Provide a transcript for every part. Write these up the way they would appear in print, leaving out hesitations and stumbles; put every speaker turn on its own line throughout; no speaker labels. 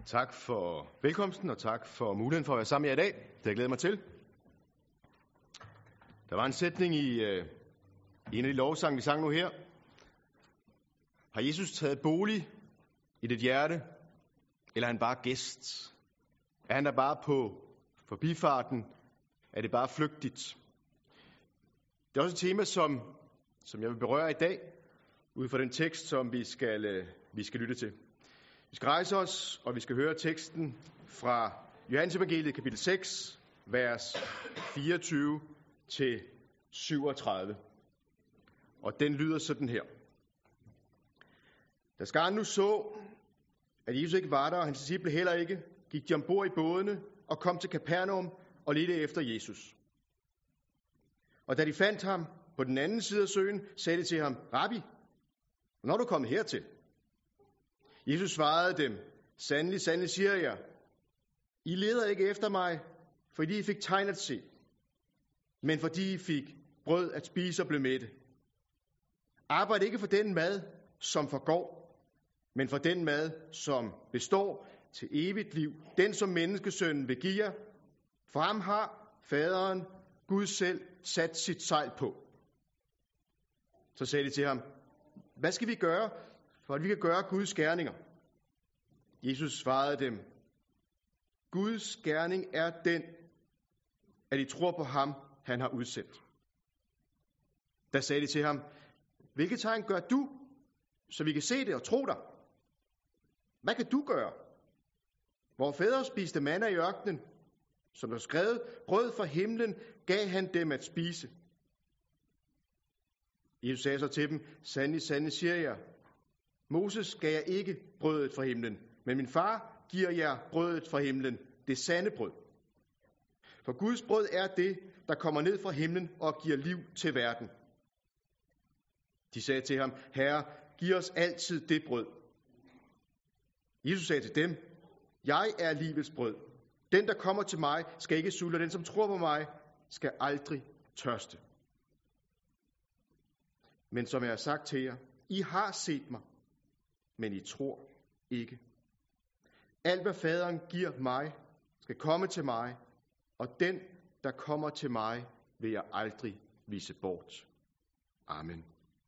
Tak for velkomsten, og tak for muligheden for at være sammen med jer i dag. Det jeg glæder mig til. Der var en sætning i en af de lovsange, vi sang nu her. Har Jesus taget bolig i dit hjerte, eller er han bare gæst? Er han der bare på forbifarten? Er det bare flygtigt? Det er også et tema, som jeg vil berøre i dag, ud fra den tekst, som vi skal lytte til. Vi skal rejse os, og vi skal høre teksten fra Johannes evangeliet, kapitel 6, vers 24 til 37. Og den lyder sådan her. Da skaren nu så, at Jesus ikke var der, og hans disciple heller ikke, gik de ombord i bådene og kom til Kapernaum og ledte efter Jesus. Og da de fandt ham på den anden side af søen, sagde de til ham, Rabbi, hvornår er du kommet hertil? Jesus svarede dem, sandelig, sandelig siger jeg, I leder ikke efter mig, fordi I fik tegn at se, men fordi I fik brød at spise og blev mætte. Arbejd ikke for den mad, som forgår, men for den mad, som består til evigt liv, den som menneskesønnen vil give jer. For ham har faderen, Gud selv, sat sit sejl på. Så sagde de til ham, hvad skal vi gøre, for at vi kan gøre Guds gerninger? Jesus svarede dem, Guds gerning er den, at I tror på ham, han har udsendt. Da sagde de til ham, hvilke tegn gør du, så vi kan se det og tro dig? Hvad kan du gøre? Hvor fædre spiste manna i ørkenen, som der skrevet, brød fra himlen gav han dem at spise. Jesus sagde så til dem, sandelig, sandelig siger jeg, Moses gav jer ikke brødet fra himlen, men min far giver jer brødet fra himlen, det sande brød. For Guds brød er det, der kommer ned fra himlen og giver liv til verden. De sagde til ham, Herre, giv os altid det brød. Jesus sagde til dem, jeg er livets brød. Den, der kommer til mig, skal ikke sulte, og den, som tror på mig, skal aldrig tørste. Men som jeg har sagt til jer, I har set mig, men I tror ikke. Alt, hvad faderen giver mig, skal komme til mig, og den, der kommer til mig, vil jeg aldrig vise bort. Amen.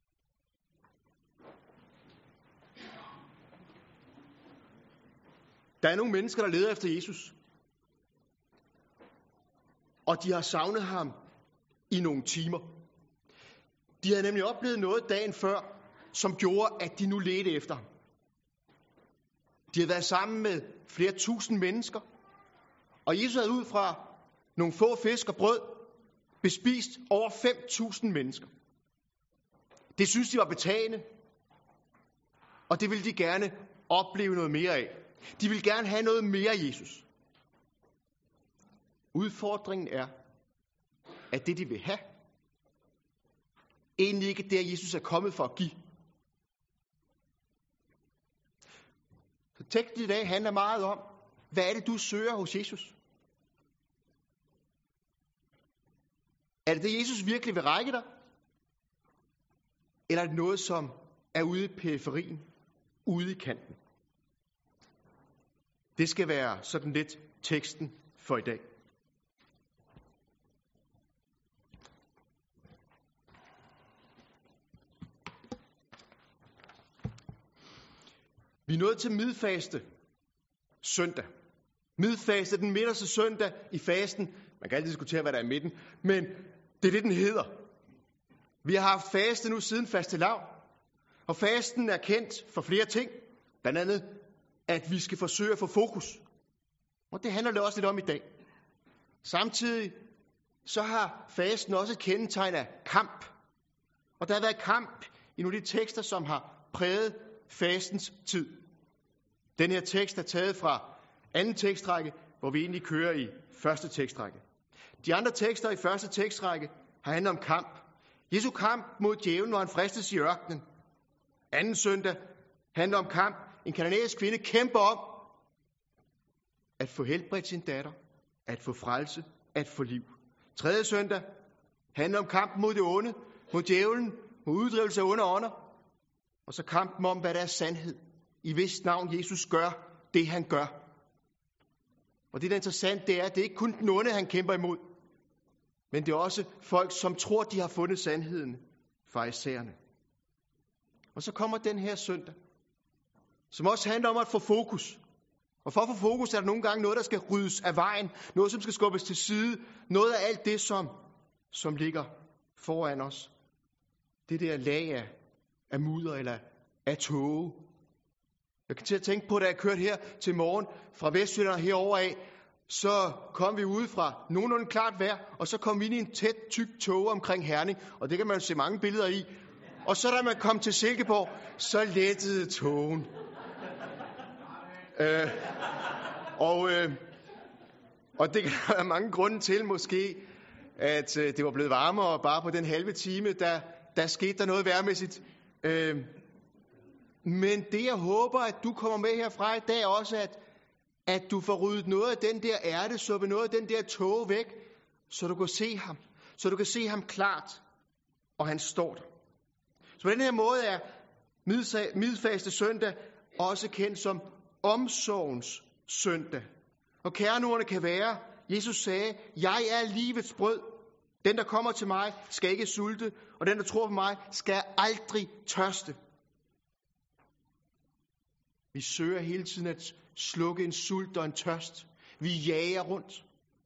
Der er nogle mennesker, der leder efter Jesus. Og de har savnet ham i nogle timer. De havde nemlig oplevet noget dagen før, som gjorde, at de nu ledte efter ham. De havde været sammen med flere tusind mennesker, og Jesus havde ud fra nogle få fisk og brød bespist over 5.000 mennesker. Det synes de var betagende, og det ville de gerne opleve noget mere af. De ville gerne have noget mere af Jesus. Udfordringen er, at det de vil have, egentlig ikke det, Jesus er kommet for at give. Så teksten i dag handler meget om, hvad er det, du søger hos Jesus? Er det det, Jesus virkelig vil række dig? Eller er det noget, som er ude i periferien, ude i kanten? Det skal være sådan lidt teksten for i dag. Vi er nået til midfaste søndag. Midfaste, den midterste søndag i fasten. Man kan altid diskutere, hvad der er i midten, men det er det, den hedder. Vi har haft faste nu siden fastelavn, og fasten er kendt for flere ting. Blandt andet, at vi skal forsøge at få fokus. Og det handler det også lidt om i dag. Samtidig så har fasten også et kendetegn af kamp. Og der har været kamp i nogle af de tekster, som har præget fastens tid. Den her tekst er taget fra anden tekstrække, hvor vi egentlig kører i første tekstrække. De andre tekster i første tekstrække har handlet om kamp. Jesu kamp mod djævlen, når han fristes i ørkenen. Anden søndag handler om kamp. En kananæisk kvinde kæmper om at få helbredt sin datter, at få frelse, at få liv. Tredje søndag handler om kampen mod det onde, mod djævlen, mod uddrivelse af onde ånder. Og så kampen om, hvad der er sandhed. I hvis navn Jesus gør det, han gør. Og det, der er interessant, det er, at det ikke kun den onde, han kæmper imod, men det er også folk, som tror, de har fundet sandheden, farisæerne. Og så kommer den her søndag, som også handler om at få fokus. Og for at få fokus er der nogle gange noget, der skal ryddes af vejen, noget, som skal skubbes til side, noget af alt det, som ligger foran os. Det der lag af mudder eller af tåge. Jeg kan til at tænke på, da jeg kørte her til morgen fra Vestjylland og herover af, så kom vi ude fra nogenlunde klart vejr, og så kom vi ind i en tæt, tyk tåge omkring Herning, og det kan man jo se mange billeder i. Og så da man kom til Silkeborg, så lettede tågen. Og det kan der være mange grunde til måske, at det var blevet varmere bare på den halve time, der skete der noget vejrmæssigt. Men det jeg håber, at du kommer med herfra i dag også, at du får ryddet noget af den der ærtesuppe, noget af den der tåge væk, så du kan se ham. Så du kan se ham klart, og han står der. Så på den her måde er middelfaste søndag også kendt som omsorgens søndag. Og kerneordene kan være, Jesus sagde, jeg er livets brød. Den, der kommer til mig, skal ikke sulte, og den, der tror på mig, skal aldrig tørste. Vi søger hele tiden at slukke en sult og en tørst. Vi jager rundt.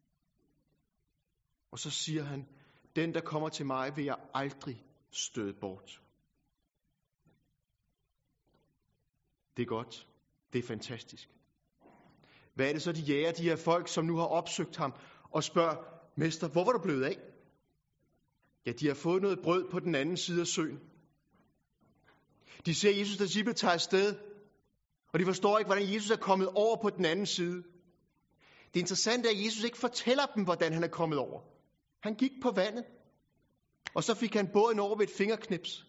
Og så siger han, den, der kommer til mig, vil jeg aldrig støde bort. Det er godt. Det er fantastisk. Hvad er det så, de jager, de her folk, som nu har opsøgt ham og spørger, mester, hvor var du blevet af? Ja, de har fået noget brød på den anden side af søen. De ser Jesus' disciple tage afsted, og de forstår ikke, hvordan Jesus er kommet over på den anden side. Det interessante er, at Jesus ikke fortæller dem, hvordan han er kommet over. Han gik på vandet, og så fik han båden over ved et fingerknips.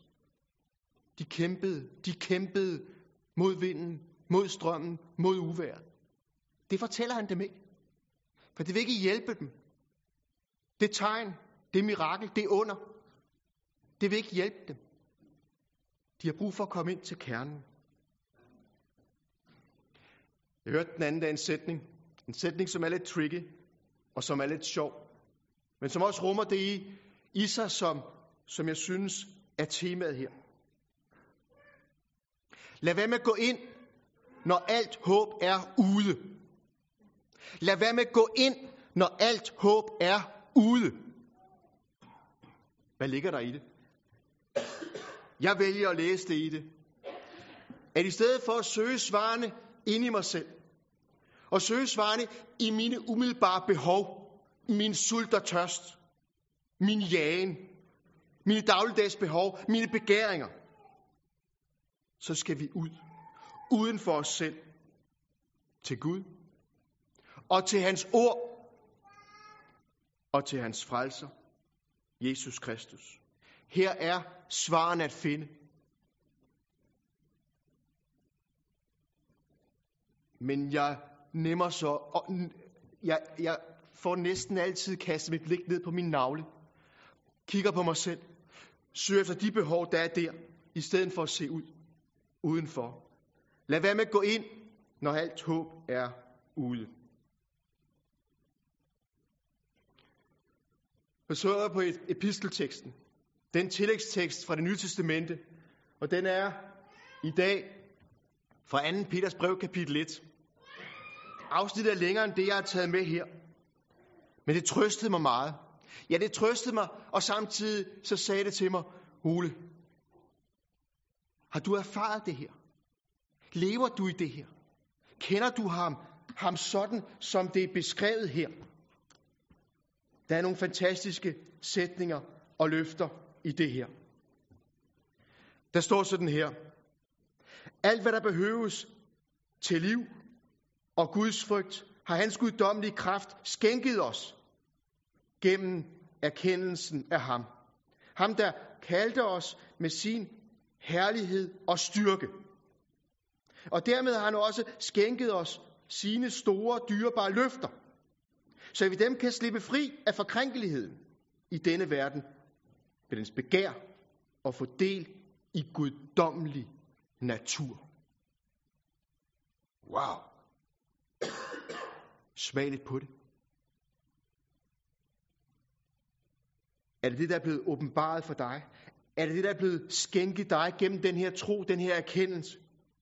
De kæmpede mod vinden, mod strømmen, mod uvejret. Det fortæller han dem ikke. For det vil ikke hjælpe dem. Det tegn, det mirakel, det under, det vil ikke hjælpe dem. De har brug for at komme ind til kernen. Jeg hørte den anden dag en sætning, som er lidt tricky, og som er lidt sjov, men som også rummer det i sig, som jeg synes er temaet her. Lad være med at gå ind, når alt håb er ude. Lad være med at gå ind, når alt håb er ude. Hvad ligger der i det? Jeg vælger at læse det i det. At i stedet for at søge svarene inde i mig selv, og søge svarene i mine umiddelbare behov, min sult og tørst, min jagen, mine dagligdags behov, mine begæringer, så skal vi ud, uden for os selv, til Gud, og til hans ord, og til hans frelser, Jesus Kristus. Her er svaren at finde. Men jeg får næsten altid kastet mit blik ned på min navle, kigger på mig selv, søger efter de behov, der er der, i stedet for at se ud, udenfor. Lad være med at gå ind, når alt håb er ude. Så er jeg på epistelteksten, den tillægstekst fra Det Nye Testamente, og den er i dag fra 2. Peters brev, kapitel 1. Afsnittet er længere end det, jeg har taget med her. Men det trøstede mig meget. Ja, det trøstede mig, og samtidig så sagde det til mig, Ole, har du erfaret det her? Lever du i det her? Kender du ham sådan, som det er beskrevet her? Der er nogle fantastiske sætninger og løfter i det her. Der står sådan her. Alt hvad der behøves til liv og Guds frygt, har hans guddommelige kraft skænket os gennem erkendelsen af ham. Ham, der kaldte os med sin herlighed og styrke. Og dermed har han også skænket os sine store, dyrebare løfter, så vi dem kan slippe fri af forkrænkeligheden i denne verden med dens begær og få del i guddommelig natur. Wow! Smag lidt på det. Er det det, der er blevet åbenbaret for dig? Er det det, der er blevet skænket dig gennem den her tro, den her erkendelse?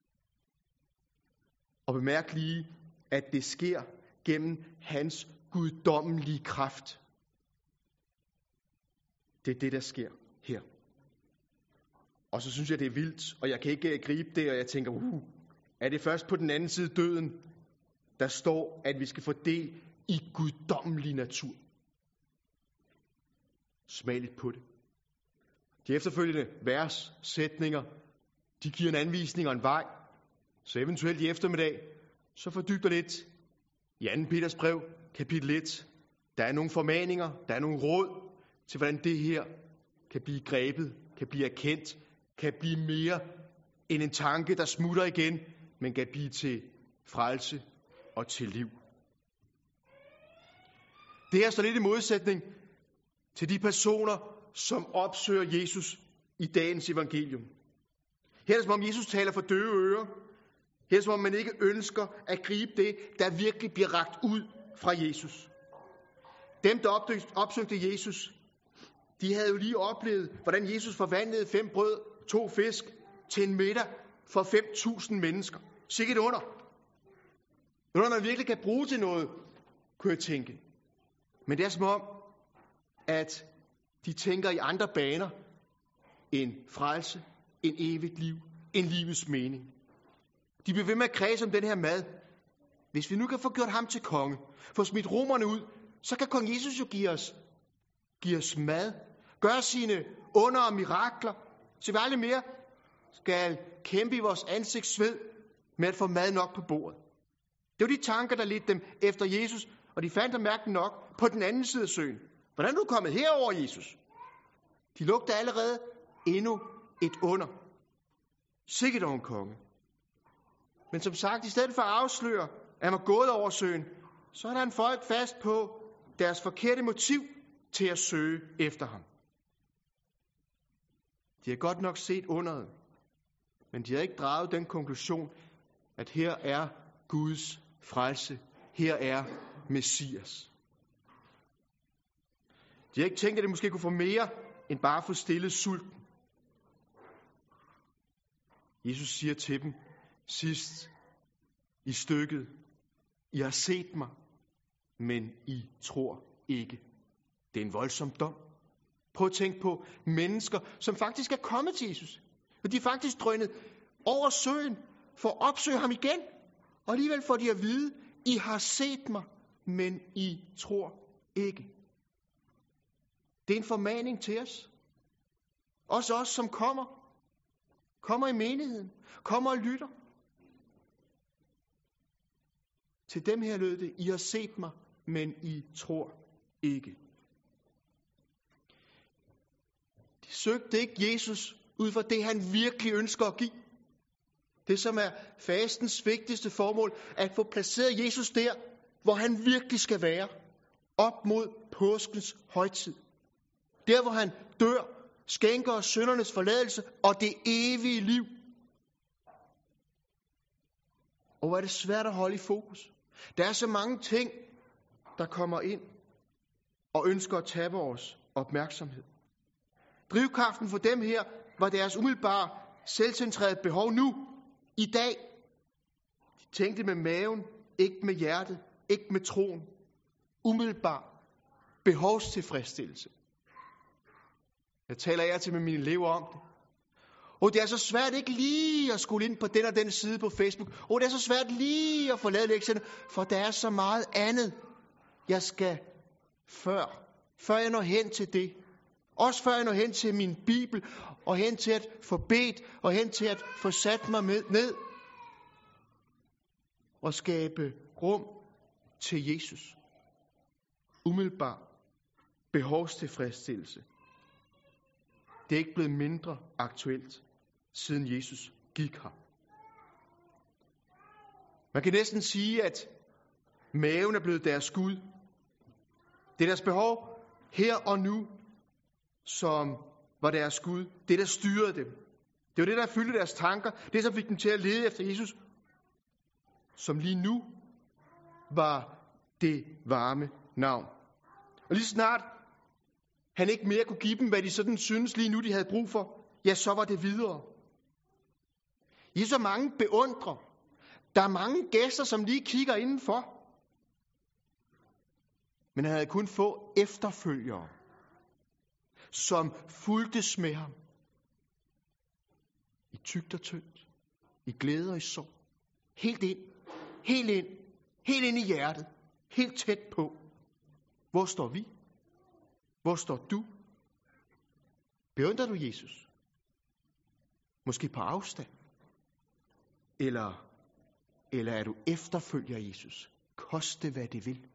Og bemærk lige, at det sker gennem hans guddommelige kraft. Det er det, der sker her. Og så synes jeg, det er vildt, og jeg kan ikke gribe det, og jeg tænker, er det først på den anden side døden, der står, at vi skal få del i guddommelig natur? Smag lidt på det. De efterfølgende vers, sætninger, de giver en anvisning og en vej. Så eventuelt i eftermiddag, så fordyb dig lidt i 2. Peters brev, kapitel 1. Der er nogle formaninger, der er nogle råd til, hvordan det her kan blive grebet, kan blive erkendt, kan blive mere end en tanke, der smutter igen, men kan blive til frelse og til liv. Det her står lidt i modsætning til de personer, som opsøger Jesus i dagens evangelium. Her er det som om Jesus taler for døve ører. Her er det som om man ikke ønsker at gribe det, der virkelig bliver rakt ud fra Jesus. Dem, der opsøgte Jesus, de havde jo lige oplevet, hvordan Jesus forvandlede 5 brød, 2 fisk til en middag for 5.000 mennesker. Sikkert under. Noget, man virkelig kan bruge til noget, kunne jeg tænke. Men det er som om, at de tænker i andre baner end frelse, end evigt liv, end livets mening. De bliver ved med at kredse om den her mad. Hvis vi nu kan få gjort ham til konge, få smidt romerne ud, så kan kong Jesus jo give os mad, gøre sine under og mirakler, så vi aldrig mere skal kæmpe i vores ansigtssved med at få mad nok på bordet. Det var de tanker, der ledte dem efter Jesus, og de fandt ham mærkeligt nok på den anden side af søen. Hvordan er du kommet herover, Jesus? De lugter allerede endnu et under. Sikkert over en konge. Men som sagt, i stedet for at afsløre, at han var gået over søen, så er der en folk fast på deres forkerte motiv til at søge efter ham. De har godt nok set underet, men de har ikke draget den konklusion, at her er Guds frelse. Her er Messias. De har ikke tænkt, at det måske kunne få mere, end bare at få stillet sulten. Jesus siger til dem sidst i stykket, I har set mig, men I tror ikke. Det er en voldsom dom. Prøv at tænke på mennesker, som faktisk er kommet til Jesus. Og de er faktisk drønet over søen for at opsøge ham igen. Og alligevel får de at vide, I har set mig, men I tror ikke. Det er en formaning til os. Også os, som kommer i menigheden, kommer og lytter. Til dem her lød det, I har set mig, men I tror ikke. De søgte ikke Jesus ud fra det, han virkelig ønsker at give. Det, som er fastens vigtigste formål, at få placeret Jesus der, hvor han virkelig skal være, op mod påskens højtid. Der, hvor han dør, skænker os syndernes forladelse og det evige liv. Og hvor er det svært at holde i fokus. Der er så mange ting, der kommer ind og ønsker at tage vores opmærksomhed. Drivkraften for dem her var deres umiddelbare selvcentrerede behov nu, i dag. De tænkte med maven, ikke med hjertet, ikke med troen. Umiddelbar behovstilfredsstillelse. Jeg taler af til med mine elever om det. Og det er så svært ikke lige at skulle ind på den og den side på Facebook. Og det er så svært lige at få lavet lektierne, for der er så meget andet, jeg skal før jeg når hen til det. Også før jeg når hen til min Bibel, og hen til at få bedt, og hen til at få sat mig ned. Og skabe rum til Jesus. Umiddelbar behovstilfredsstillelse. Det er ikke blevet mindre aktuelt, siden Jesus gik her. Man kan næsten sige, at maven er blevet deres Gud. Det er deres behov her og nu, som var deres Gud. Det, der styrede dem. Det var det, der fyldte deres tanker. Det, som fik dem til at lede efter Jesus. Som lige nu var det varme navn. Og lige snart han ikke mere kunne give dem, hvad de sådan synes lige nu, de havde brug for, ja, så var det videre. Jesus har mange beundrer. Der er mange gæster, som lige kigger indenfor. Men han havde kun få efterfølgere, som fulgtes med ham. I tykt og tyndt. I glæde og i sorg. Helt ind. Helt ind. Helt ind i hjertet. Helt tæt på. Hvor står vi? Hvor står du? Beundrer du Jesus? Måske på afstand? Eller er du efterfølger Jesus? Koste hvad det vil.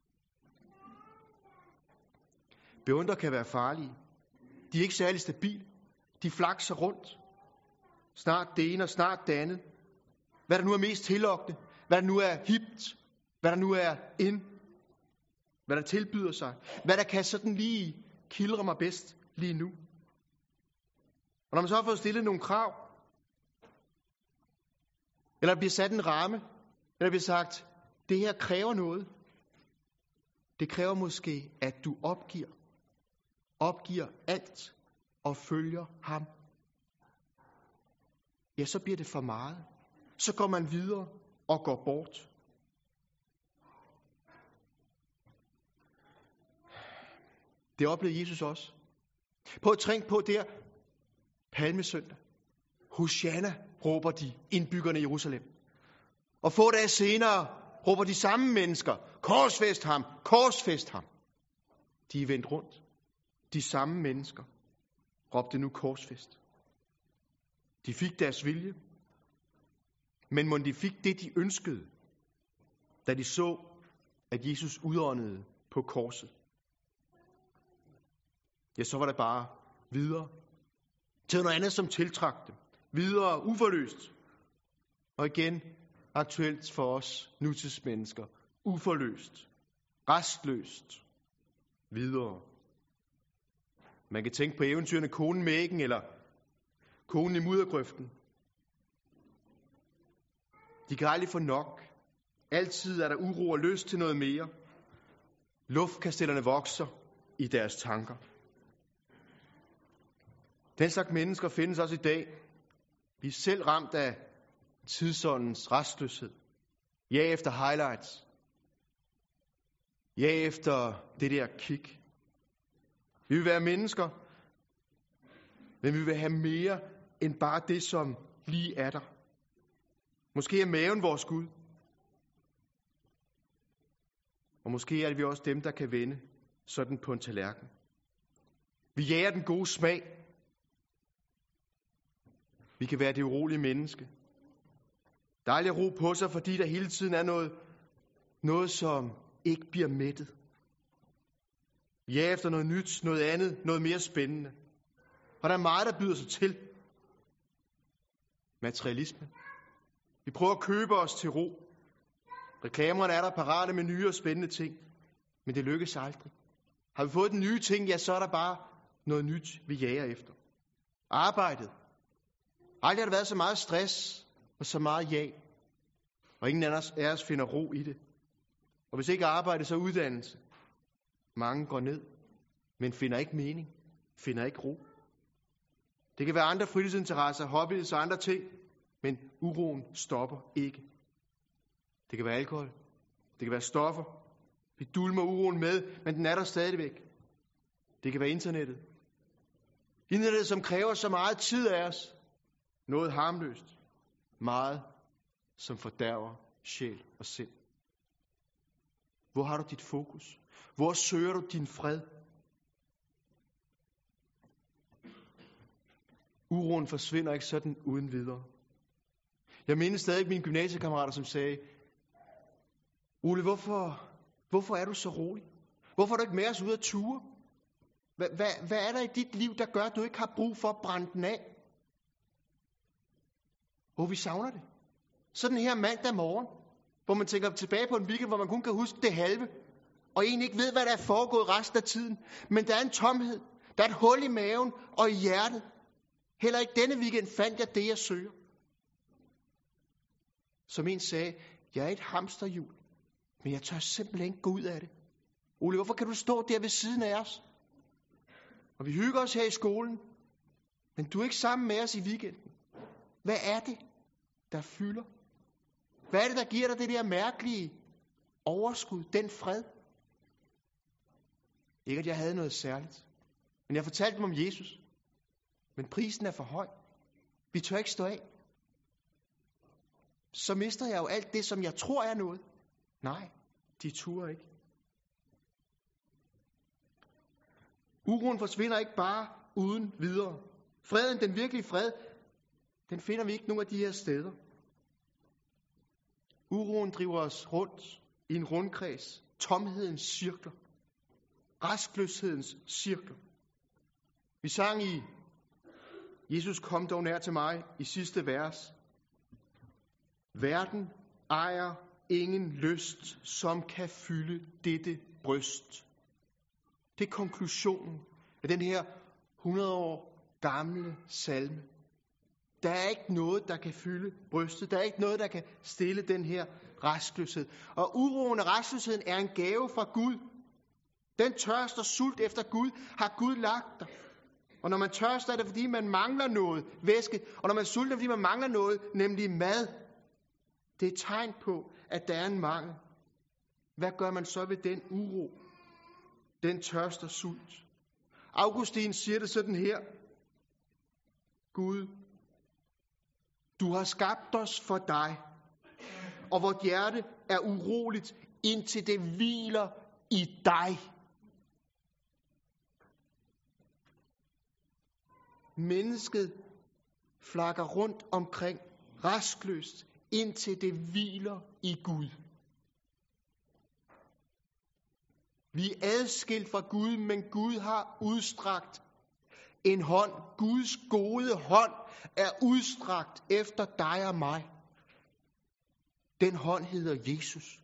Beundrer kan være farlige. De er ikke særlig stabile. De flakser rundt. Snart det ene og snart det andet. Hvad der nu er mest tillokkende. Hvad der nu er hipt. Hvad der nu er in. Hvad der tilbyder sig. Hvad der kan sådan lige kildre mig bedst lige nu. Og når man så har fået stillet nogle krav. Eller der bliver sat en ramme. Eller der bliver sagt, det her kræver noget. Det kræver måske, at du opgiver alt og følger ham. Ja, så bliver det for meget. Så går man videre og går bort. Det oplevede Jesus også. Prøv at tænke på der palmesøndag. Hosianna råber de indbyggerne i Jerusalem. Og få dage senere råber de samme mennesker, korsfæst ham, korsfæst ham. De er vendt rundt. De samme mennesker råbte nu korsfæst. De fik deres vilje. Men mon de fik det, de ønskede, da de så, at Jesus udåndede på korset. Ja, så var det bare videre. Til noget andet, som tiltrakte. Videre, uforløst. Og igen, aktuelt for os nutidsmennesker. Uforløst. Restløst. Videre. Man kan tænke på eventyrene Konen med æggen, eller Konen i muddergrøften. De kan aldrig få nok. Altid er der uro og lyst til noget mere. Luftkastellerne vokser i deres tanker. Den slags mennesker findes også i dag. Vi er selv ramt af tidsåndens restløshed. Ja efter highlights. Ja efter det der kick. Vi vil være mennesker, men vi vil have mere end bare det, som lige er der. Måske er maven vores Gud. Og måske er det vi også dem, der kan vende sådan på en tallerken. Vi jager den gode smag. Vi kan være det urolige menneske. Der er aldrig ro på sig, fordi der hele tiden er noget som ikke bliver mættet. Ja, efter noget nyt, noget andet, noget mere spændende. Og der er meget, der byder sig til. Materialisme. Vi prøver at købe os til ro. Reklamerne er der parate med nye og spændende ting. Men det lykkes aldrig. Har vi fået den nye ting, ja, så er der bare noget nyt, vi jager efter. Arbejdet. Aldrig har der været så meget stress og så meget jag. Og ingen af os finder ro i det. Og hvis ikke arbejde, så uddannelse. Mange går ned, men finder ikke mening, finder ikke ro. Det kan være andre fritidsinteresser, hobbies og andre ting, men uroen stopper ikke. Det kan være alkohol, det kan være stoffer. Vi dulmer uroen med, men den er der stadigvæk. Det kan være internettet. Internettet, som kræver så meget tid af os. Noget harmløst. Meget, som fordærver sjæl og sind. Hvor har du dit fokus? Hvor søger du din fred? Uroen forsvinder ikke sådan uden videre. Jeg mindes stadig mine gymnasiekammerater, som sagde, Ole, hvorfor er du så rolig? Hvorfor er du ikke med os ud at ture? Hvad er der i dit liv, der gør, at du ikke har brug for at brænde den af? Vi savner det. Sådan her mandag morgen, hvor man tænker tilbage på en weekend, hvor man kun kan huske det halve, og egentlig ikke ved, hvad der er foregået resten af tiden. Men der er en tomhed, der er et hul i maven og i hjertet. Heller ikke denne weekend fandt jeg det, jeg søger. Som en sagde, jeg er et hamsterhjul,
Men jeg tør simpelthen ikke gå ud af det. Ole, hvorfor kan du stå der ved siden af os? Og vi hygger os her i skolen. Men du er ikke sammen med os i weekenden. Hvad er det, der fylder? Hvad er det, der giver dig det der mærkelige overskud, den fred? Ikke at jeg havde noget særligt. Men jeg fortalte dem om Jesus. Men prisen er for høj. Vi tør ikke stå af. Så mister jeg jo alt det, som jeg tror er noget. Nej, de turer ikke. Uroen forsvinder ikke bare uden videre. Freden, den virkelige fred, den finder vi ikke nogen af de her steder. Uroen driver os rundt i en rundkreds. Tomhedens cirkler. Rastløshedens cirkler. Vi sang i Jesus kom dog nær til mig i sidste vers. Verden ejer ingen lyst, som kan fylde dette bryst. Det er konklusionen af den her 100 år gamle salme. Der er ikke noget, der kan fylde brystet. Der er ikke noget, der kan stille den her rastløshed. Og uroen og rastløsheden er en gave fra Gud. Den tørst og sult efter Gud har Gud lagt dig. Og når man tørster, er det fordi, man mangler noget væske. Og når man sulter, er det fordi, man mangler noget, nemlig mad. Det er et tegn på, at der er en mangel. Hvad gør man så ved den uro? Den tørst og sult. Augustin siger det sådan her. Gud, du har skabt os for dig, og vort hjerte er uroligt, indtil det hviler i dig. Mennesket flakker rundt omkring rastløst, indtil det hviler i Gud. Vi er adskilt fra Gud, men Gud har udstrakt en hånd. Guds gode hånd er udstrakt efter dig og mig. Den hånd hedder Jesus.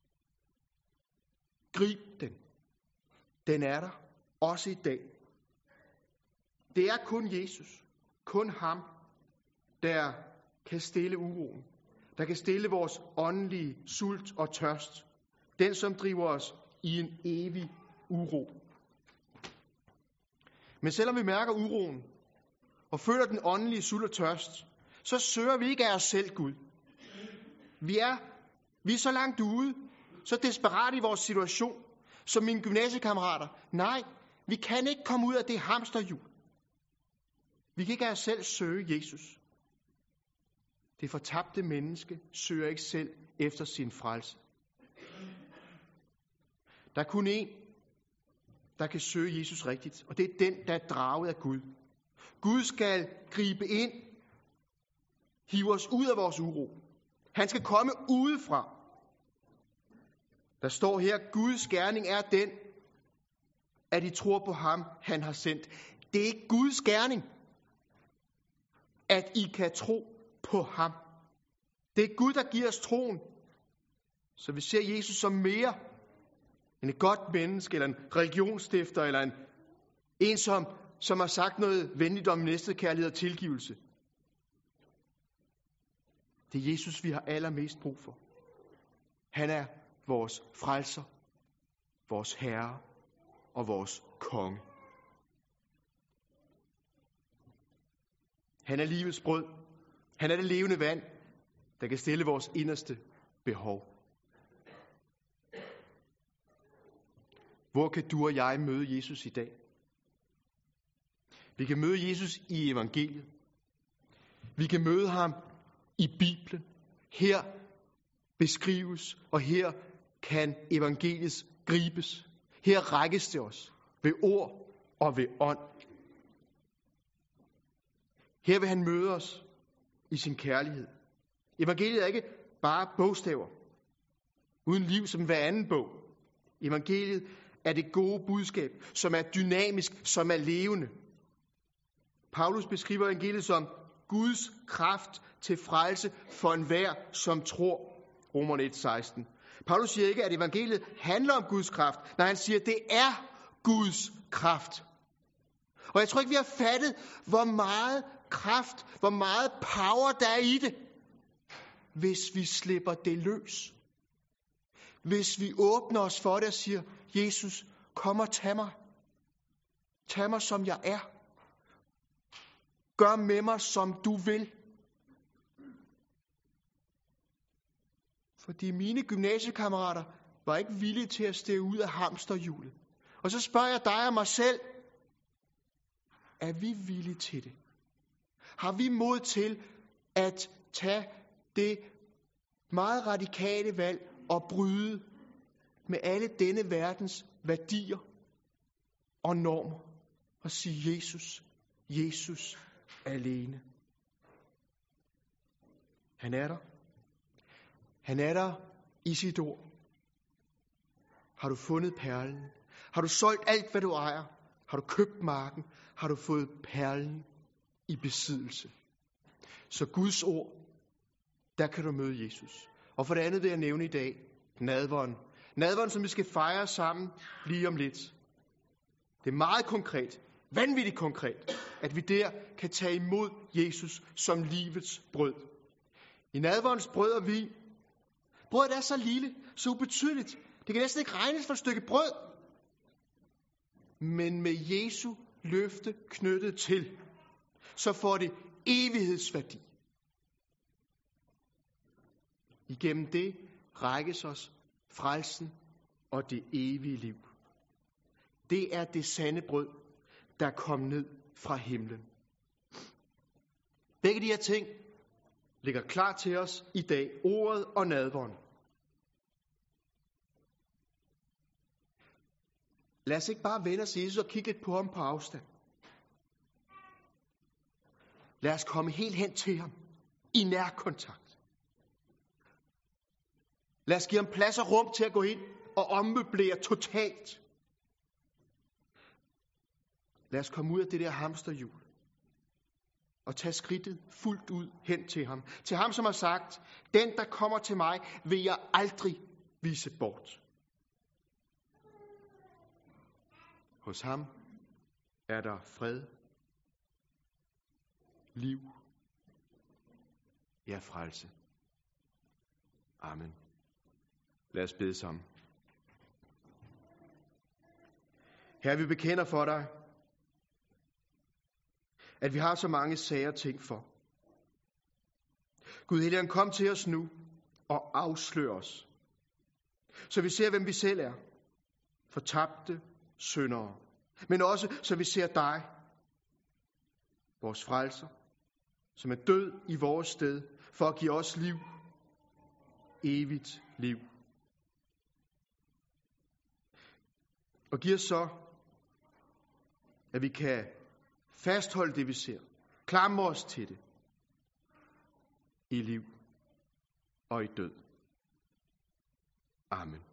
Grib den. Den er der også i dag. Det er kun Jesus, kun ham, der kan stille uroen. Der kan stille vores åndelige sult og tørst. Den, som driver os i en evig uro. Men selvom vi mærker uroen og føler den åndelige sult og tørst, så søger vi ikke af os selv Gud. Vi er så langt ude, så desperat i vores situation, som mine gymnasiekammerater. Nej, vi kan ikke komme ud af det hamsterhjul. Vi kan ikke af os selv søge Jesus. Det fortabte menneske søger ikke selv efter sin frelse. Der er kun én, der kan søge Jesus rigtigt, og det er den, der er draget af Gud. Gud skal gribe ind, hive os ud af vores uro. Han skal komme udefra. Der står her, Guds gerning er den, at I tror på ham, han har sendt. Det er ikke Guds gerning, at I kan tro på ham. Det er Gud, der giver os troen. Så vi ser Jesus som mere end et godt menneske, eller en religionsstifter, eller en som har sagt noget venligt om næstekærlighed og tilgivelse. Det er Jesus, vi har allermest brug for. Han er vores frelser, vores herre og vores konge. Han er livets brød. Han er det levende vand, der kan stille vores inderste behov. Hvor kan du og jeg møde Jesus i dag? Vi kan møde Jesus i evangeliet. Vi kan møde ham i Bibelen. Her beskrives, og her kan evangeliet gribes. Her rækkes det os ved ord og ved ånd. Her vil han møde os i sin kærlighed. Evangeliet er ikke bare bogstaver, uden liv som hver anden bog. Evangeliet er det gode budskab, som er dynamisk, som er levende. Paulus beskriver evangeliet som Guds kraft til frelse for enhver, som tror. Romerne 1:16. Paulus siger ikke, at evangeliet handler om Guds kraft. Nej, han siger, at det er Guds kraft. Og jeg tror ikke, vi har fattet, hvor meget kraft, hvor meget power der er i det, hvis vi slipper det løs. hvis vi åbner os for det og siger, Jesus, kom og tag mig. Tag mig, som jeg er. Gør med mig, som du vil. Fordi mine gymnasiekammerater var ikke villige til at stæve ud af hamsterhjulet. Og så spørger jeg dig og mig selv, er vi villige til det? Har vi mod til at tage det meget radikale valg og bryde med alle denne verdens værdier og normer og sige Jesus, Jesus alene? Han er der. Han er der i sit ord. Har du fundet perlen? Har du solgt alt, hvad du ejer? Har du købt marken? Har du fået perlen i besiddelse? Så Guds ord, der kan du møde Jesus. Og for det andet vil jeg nævne i dag nadveren. Nadveren, som vi skal fejre sammen lige om lidt. Det er meget konkret, vanvittigt konkret, at vi der kan tage imod Jesus som livets brød. I nadverens brød og vin. Brødet er så lille, så ubetydeligt. Det kan næsten ikke regnes for et stykke brød. Men med Jesu løfte knyttet til, så får det evighedsværdi. Igennem det rækkes os frelsen og det evige liv. Det er det sande brød, der kom ned fra himlen. Begge de her ting ligger klar til os i dag. Ordet og nadveren. Lad os ikke bare vende os til Jesus og kigge lidt på ham på afstand. Lad os komme helt hen til ham i nærkontakt. Lad os give ham plads og rum til at gå ind og ommøblere totalt. Lad os komme ud af det der hamsterhjul og tage skridtet fuldt ud hen til ham. Til ham, som har sagt, den der kommer til mig, vil jeg aldrig vise bort. Hos ham er der fred, liv, ja frelse. Amen. Lad os bede sammen. Herre, vi bekender for dig, at vi har så mange sager ting for. Gud Helligånd, kom til os nu og afslør os, så vi ser, hvem vi selv er. Fortabte syndere. Men også, så vi ser dig, vores frelser, som er død i vores sted, for at give os liv. Evigt liv. Og giv os så, at vi kan fastholde det, vi ser. Klamre os til det. I liv og i død. Amen.